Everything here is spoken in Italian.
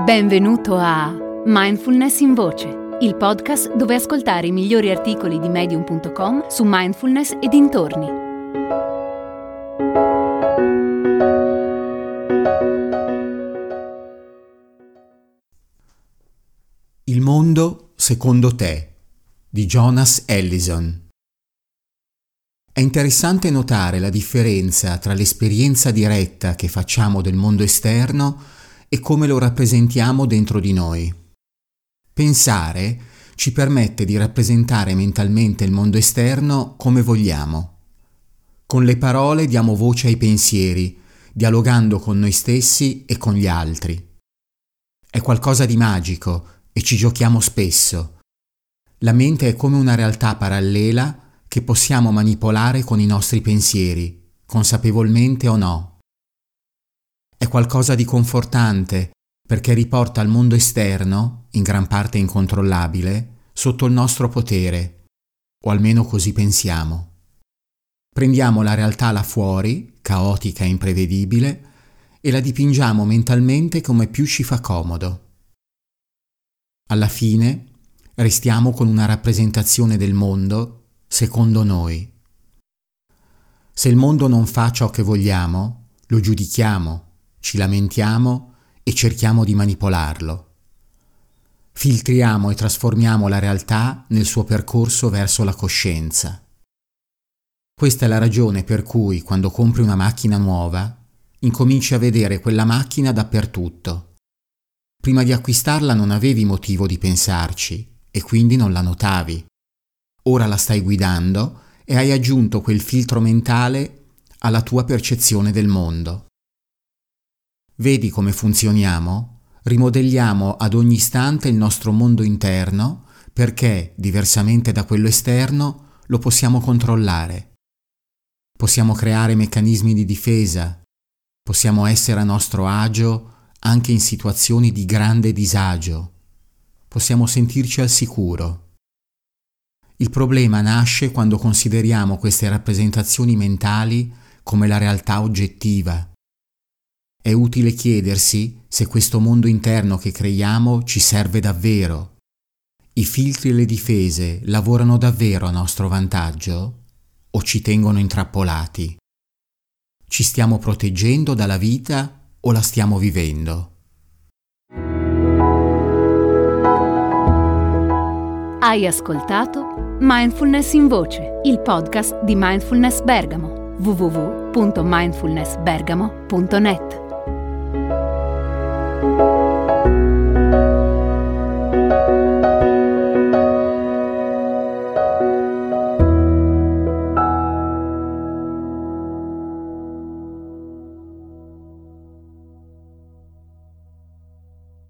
Benvenuto a Mindfulness in Voce, il podcast dove ascoltare i migliori articoli di Medium.com su mindfulness e dintorni. Il mondo secondo te di Jonas Ellison. È interessante notare la differenza tra l'esperienza diretta che facciamo del mondo esterno e come lo rappresentiamo dentro di noi. Pensare ci permette di rappresentare mentalmente il mondo esterno come vogliamo. Con le parole diamo voce ai pensieri, dialogando con noi stessi e con gli altri. È qualcosa di magico e ci giochiamo spesso. La mente è come una realtà parallela che possiamo manipolare con i nostri pensieri, consapevolmente o no. È qualcosa di confortante perché riporta il mondo esterno, in gran parte incontrollabile, sotto il nostro potere, o almeno così pensiamo. Prendiamo la realtà là fuori, caotica e imprevedibile, e la dipingiamo mentalmente come più ci fa comodo. Alla fine restiamo con una rappresentazione del mondo secondo noi. Se il mondo non fa ciò che vogliamo, lo giudichiamo, ci lamentiamo e cerchiamo di manipolarlo. Filtriamo e trasformiamo la realtà nel suo percorso verso la coscienza. Questa è la ragione per cui, quando compri una macchina nuova, incominci a vedere quella macchina dappertutto. Prima di acquistarla non avevi motivo di pensarci e quindi non la notavi. Ora la stai guidando e hai aggiunto quel filtro mentale alla tua percezione del mondo. Vedi come funzioniamo? Rimodelliamo ad ogni istante il nostro mondo interno perché, diversamente da quello esterno, lo possiamo controllare. Possiamo creare meccanismi di difesa. Possiamo essere a nostro agio anche in situazioni di grande disagio. Possiamo sentirci al sicuro. Il problema nasce quando consideriamo queste rappresentazioni mentali come la realtà oggettiva. È utile chiedersi se questo mondo interno che creiamo ci serve davvero. I filtri e le difese lavorano davvero a nostro vantaggio o ci tengono intrappolati? Ci stiamo proteggendo dalla vita o la stiamo vivendo? Hai ascoltato Mindfulness in Voce, il podcast di Mindfulness Bergamo, www.mindfulnessbergamo.net.